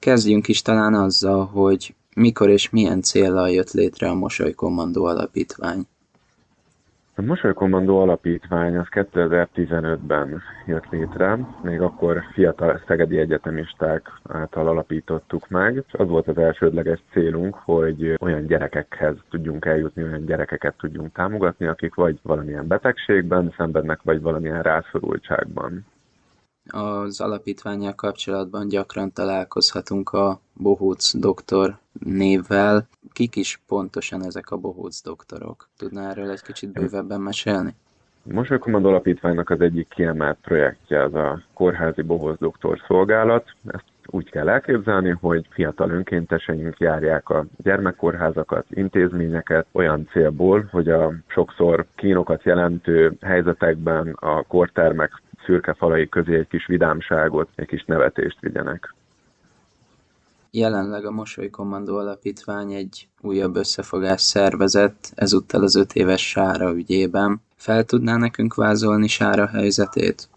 Kezdjünk is talán azzal, hogy mikor és milyen céllal jött létre a Mosolykommandó Alapítvány. A Mosolykommandó Alapítvány az 2015-ben jött létre, még akkor fiatal szegedi egyetemisták által alapítottuk meg, és az volt az elsődleges célunk, hogy olyan gyerekekhez tudjunk eljutni, olyan gyerekeket tudjunk támogatni, akik vagy valamilyen betegségben szenvednek, vagy valamilyen rászorultságban. Az alapítvánnyal kapcsolatban gyakran találkozhatunk a Bohóc doktor névvel. Kik is pontosan ezek a Bohóc doktorok? Tudná erről egy kicsit bővebben mesélni? A Mosolykommandó Alapítványnak az egyik kiemelt projektje az a kórházi Bohóc doktor szolgálat. Ezt úgy kell elképzelni, hogy fiatal önkénteseink járják a gyermekkórházakat, intézményeket olyan célból, hogy a sokszor kínokat jelentő helyzetekben a kórtermek szürke falai közé egy kis vidámságot, egy kis nevetést vigyenek. Jelenleg a Mosolykommandó Alapítvány egy újabb összefogást szervezett, ezúttal az 5 éves Sára ügyében. Fel tudná nekünk vázolni Sára helyzetét?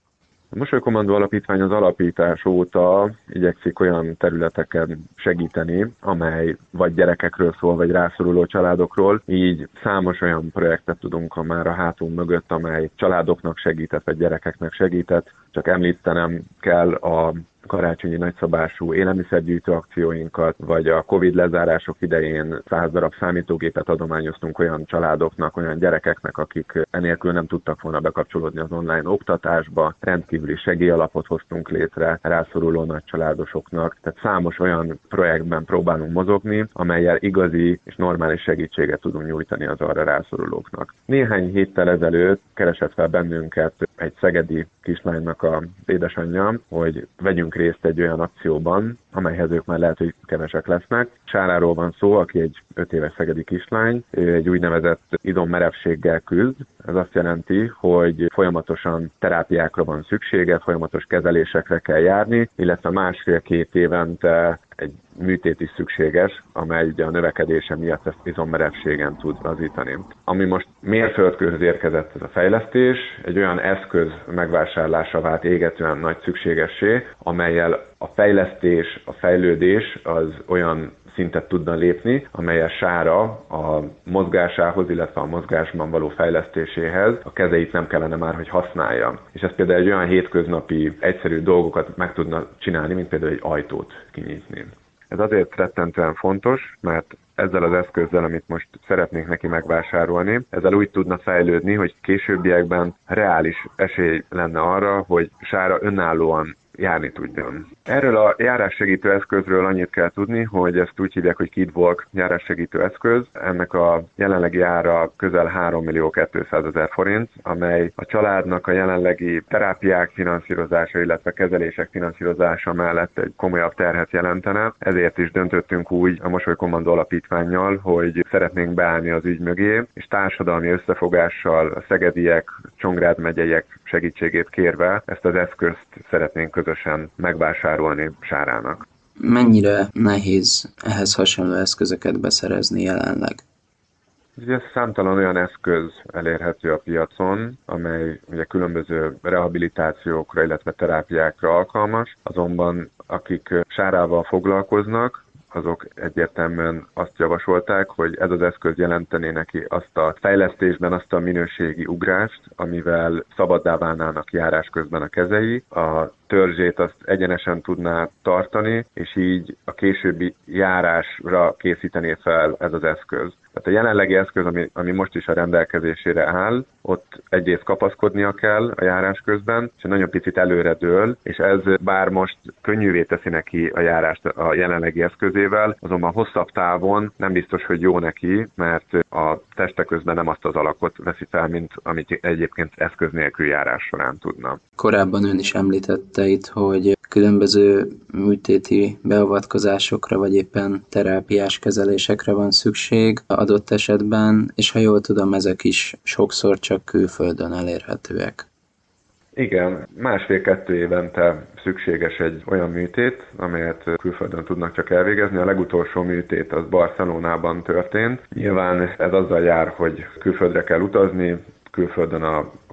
A Mosolykommandó Alapítvány az alapítás óta igyekszik olyan területeken segíteni, amely vagy gyerekekről szól, vagy rászoruló családokról. Így számos olyan projektet tudunk már a hátunk mögött, amely családoknak segített, vagy gyerekeknek segített. Csak említenem kell a karácsonyi nagyszabású élelmiszergyűjtő akcióinkat, vagy a Covid lezárások idején 100 darab számítógépet adományoztunk olyan családoknak, olyan gyerekeknek, akik enélkül nem tudtak volna bekapcsolódni az online oktatásba. Rendkívüli segélyalapot hoztunk létre rászoruló nagycsaládosoknak. Tehát számos olyan projektben próbálunk mozogni, amellyel igazi és normális segítséget tudunk nyújtani az arra rászorulóknak. Néhány héttel ezelőtt keresett fel bennünket egy szegedi kislánynak az édesanyja, hogy vegyünk részt egy olyan akcióban, amelyhez ők már lehet, hogy kevesek lesznek. Sáráról van szó, aki egy 5 éves szegedi kislány, ő egy úgynevezett izommerevséggel küzd. Ez azt jelenti, hogy folyamatosan terápiákra van szüksége, folyamatos kezelésekre kell járni, illetve 1,5-2 évente egy műtét is szükséges, amely ugye a növekedése miatt ezt izommerevségen tud lazítani. Ami most mérföldkőhöz érkezett ez a fejlesztés, egy olyan eszköz megvásárlása vált égetően nagy szükségessé, amellyel a fejlesztés, a fejlődés az olyan szintet tudna lépni, amelyel Sára a mozgásához, illetve a mozgásban való fejlesztéséhez a kezeit nem kellene már, hogy használja. És ez például egy olyan hétköznapi, egyszerű dolgokat meg tudna csinálni, mint például egy ajtót kinyitni. Ez azért rettentően fontos, mert ezzel az eszközzel, amit most szeretnénk neki megvásárolni, ezzel úgy tudna fejlődni, hogy későbbiekben reális esély lenne arra, hogy Sára önállóan járni tudjon. Erről a járássegítő eszközről annyit kell tudni, hogy ezt úgy hívják, hogy KidWalk járássegítő eszköz. Ennek a jelenlegi ára közel 3.200.000 forint, amely a családnak a jelenlegi terápiák finanszírozása, illetve kezelések finanszírozása mellett egy komolyabb terhet jelentene. Ezért is döntöttünk úgy a Mosolykommandó Alapítvánnyal, hogy szeretnénk beállni az ügy mögé, és társadalmi összefogással a szegediek, Csongrád megyeiek segítségét kérve ezt az eszközt szeretnénk közösen megvásárolni Sárának. Mennyire nehéz ehhez hasonló eszközöket beszerezni jelenleg? Ugye számtalan olyan eszköz elérhető a piacon, amely ugye különböző rehabilitációkra, illetve terápiákra alkalmas, azonban akik Sárával foglalkoznak, azok egyértelműen azt javasolták, hogy ez az eszköz jelentené neki azt a fejlesztésben, azt a minőségi ugrást, amivel szabaddá válnának járás közben a kezei, a törzsét azt egyenesen tudná tartani, és így a későbbi járásra készítené fel ez az eszköz. Tehát a jelenlegi eszköz, ami most is a rendelkezésére áll, ott egyrészt kapaszkodnia kell a járás közben, és nagyon picit előre dől, és ez bár most könnyűvé teszi neki a járást a jelenlegi eszközével, azonban hosszabb távon nem biztos, hogy jó neki, mert a teste közben nem azt az alakot veszi fel, mint amit egyébként eszköz nélkül járás során tudna. Korábban ön is említette itt, hogy különböző műtéti beavatkozásokra, vagy éppen terápiás kezelésekre van szükség adott esetben, és ha jól tudom, ezek is sokszor csak külföldön elérhetőek. Igen, 1,5-2 évente szükséges egy olyan műtét, amelyet külföldön tudnak csak elvégezni. A legutolsó műtét az Barcelonában történt. Nyilván ez azzal jár, hogy külföldre kell utazni, külföldön a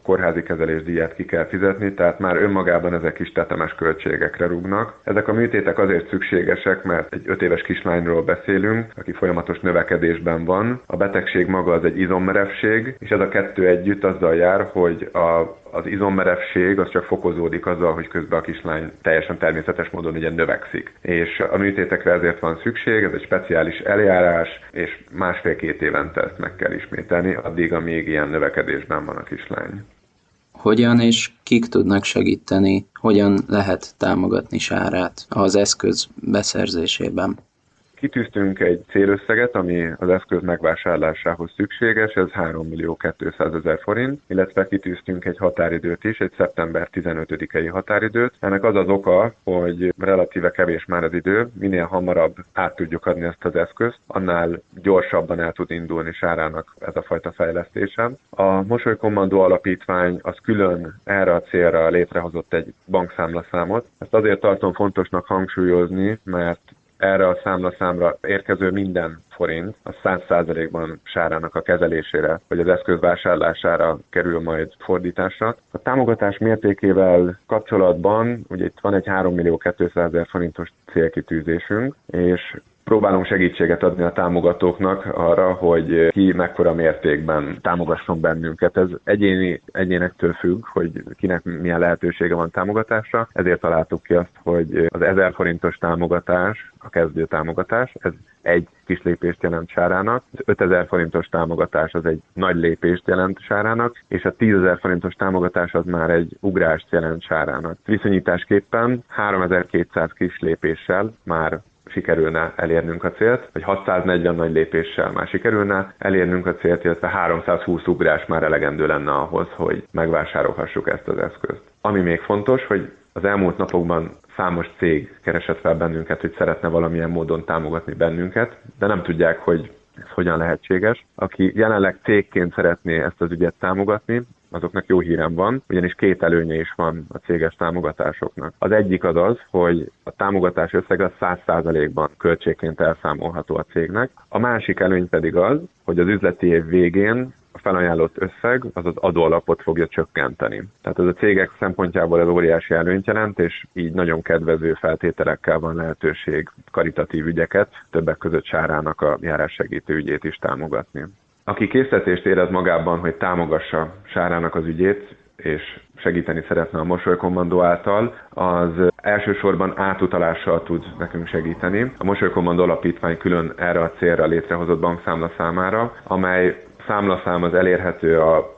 kórházi kezelésdíjat ki kell fizetni, tehát már önmagában ezek is tetemes költségekre rúgnak. Ezek a műtétek azért szükségesek, mert egy 5 éves kislányról beszélünk, aki folyamatos növekedésben van. A betegség maga az egy izommerevség, és ez a kettő együtt azzal jár, hogy az izommerevség az csak fokozódik azzal, hogy közben a kislány teljesen természetes módon ugye növekszik. És a műtétekre ezért van szükség, ez egy speciális eljárás, és 1,5-2 évente ezt meg kell ismételni, addig, amíg ilyen növekedésben van a kislány. Hogyan és kik tudnak segíteni, hogyan lehet támogatni Sárát az eszköz beszerzésében? Kitűztünk egy célösszeget, ami az eszköz megvásárlásához szükséges, ez 3.200.000 forint, illetve kitűztünk egy határidőt is, egy szeptember 15-i határidőt. Ennek az az oka, hogy relatíve kevés már az idő, minél hamarabb át tudjuk adni ezt az eszközt, annál gyorsabban el tud indulni Sárának ez a fajta fejlesztése. A Mosolykommandó Alapítvány az külön erre a célra létrehozott egy bankszámlaszámot. Ezt azért tartom fontosnak hangsúlyozni, mert erre a számlaszámra érkező minden forint, az 100%-ban Sárának a kezelésére, vagy az eszköz vásárlására kerül majd fordításra. A támogatás mértékével kapcsolatban, ugye itt van egy 3.200.000 forintos célkitűzésünk, és próbálunk segítséget adni a támogatóknak arra, hogy ki mekkora mértékben támogasson bennünket. Ez egyénektől függ, hogy kinek milyen lehetősége van támogatásra. Ezért találtuk ki azt, hogy az 1000 forintos támogatás, a kezdő támogatás, ez egy kis lépést jelent Sárának, az 5000 forintos támogatás az egy nagy lépést jelent Sárának, és a 10.000 forintos támogatás az már egy ugrást jelent Sárának. Viszonyításképpen 3200 kis lépéssel már sikerülne elérnünk a célt, vagy 640 nagy lépéssel már sikerülne elérnünk a célt, illetve 320 ugrás már elegendő lenne ahhoz, hogy megvásárolhassuk ezt az eszközt. Ami még fontos, hogy az elmúlt napokban számos cég keresett fel bennünket, hogy szeretne valamilyen módon támogatni bennünket, de nem tudják, hogy ez hogyan lehetséges. Aki jelenleg cégként szeretné ezt az ügyet támogatni, azoknak jó hírem van, ugyanis 2 előnye is van a céges támogatásoknak. Az egyik az, hogy a támogatás összege az 100%-ban költségként elszámolható a cégnek. A másik előny pedig az, hogy az üzleti év végén a felajánlott összeg az adóalapot fogja csökkenteni. Tehát ez a cégek szempontjából ez óriási előnyt jelent, és így nagyon kedvező feltételekkel van lehetőség karitatív ügyeket, többek között Sárának a járássegítő ügyét is támogatni. Aki késztetést érez magában, hogy támogassa Sárának az ügyét, és segíteni szeretne a Mosolykommandó által, az elsősorban átutalással tud nekünk segíteni. A Mosolykommandó Alapítvány külön erre a célra létrehozott bankszámla számára, amely számlaszám az elérhető a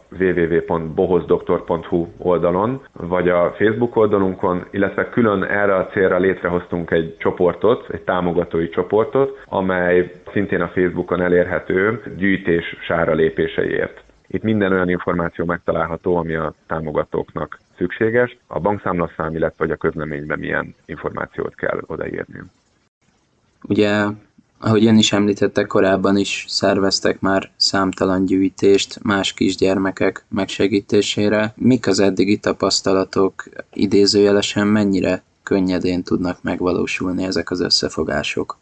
www.bohoszdoktor.hu oldalon, vagy a Facebook oldalunkon, illetve külön erre a célra létrehoztunk egy csoportot, egy támogatói csoportot, amely szintén a Facebookon elérhető gyűjtés Sára lépéseiért. Itt minden olyan információ megtalálható, ami a támogatóknak szükséges, a bankszámlaszám, illetve vagy a közleményben milyen információt kell odaírni. Ugye, ahogy ön is említette, korábban is szerveztek már számtalan gyűjtést más kisgyermekek megsegítésére. Mik az eddigi tapasztalatok, idézőjelesen mennyire könnyedén tudnak megvalósulni ezek az összefogások?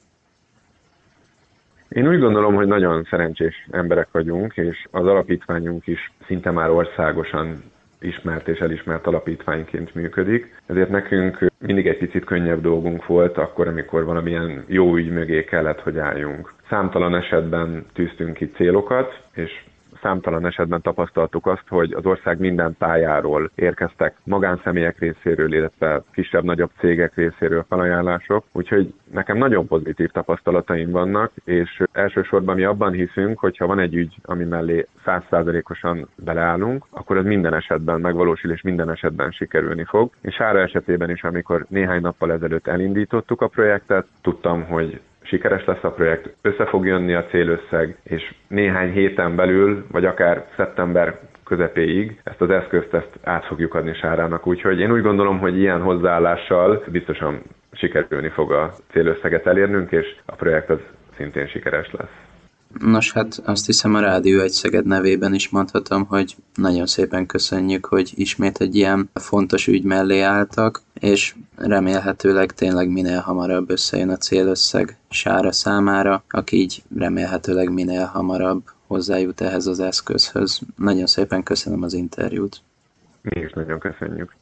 Én úgy gondolom, hogy nagyon szerencsés emberek vagyunk, és az alapítványunk is szinte már országosan ismert és elismert alapítványként működik. Ezért nekünk mindig egy picit könnyebb dolgunk volt akkor, amikor valamilyen jó ügy mögé kellett, hogy álljunk. Számtalan esetben tűztünk ki célokat, és számtalan esetben tapasztaltuk azt, hogy az ország minden tájáról érkeztek magánszemélyek részéről, illetve kisebb-nagyobb cégek részéről felajánlások. Úgyhogy nekem nagyon pozitív tapasztalataim vannak, és elsősorban mi abban hiszünk, hogy ha van egy ügy, ami mellé 100%-osan beleállunk, akkor ez minden esetben megvalósul, és minden esetben sikerülni fog. És Sára esetében is, amikor néhány nappal ezelőtt elindítottuk a projektet, tudtam, hogy sikeres lesz a projekt, össze fog jönni a célösszeg, és néhány héten belül, vagy akár szeptember közepéig ezt az eszközt át fogjuk adni Sárának. Úgyhogy én úgy gondolom, hogy ilyen hozzáállással biztosan sikerülni fog a célösszeget elérnünk, és a projekt az szintén sikeres lesz. Nos, hát azt hiszem a Rádió 1 Szeged nevében is mondhatom, hogy nagyon szépen köszönjük, hogy ismét egy ilyen fontos ügy mellé álltak, és remélhetőleg tényleg minél hamarabb összejön a célösszeg Sára számára, aki így remélhetőleg minél hamarabb hozzájut ehhez az eszközhöz. Nagyon szépen köszönöm az interjút. Mi is nagyon köszönjük.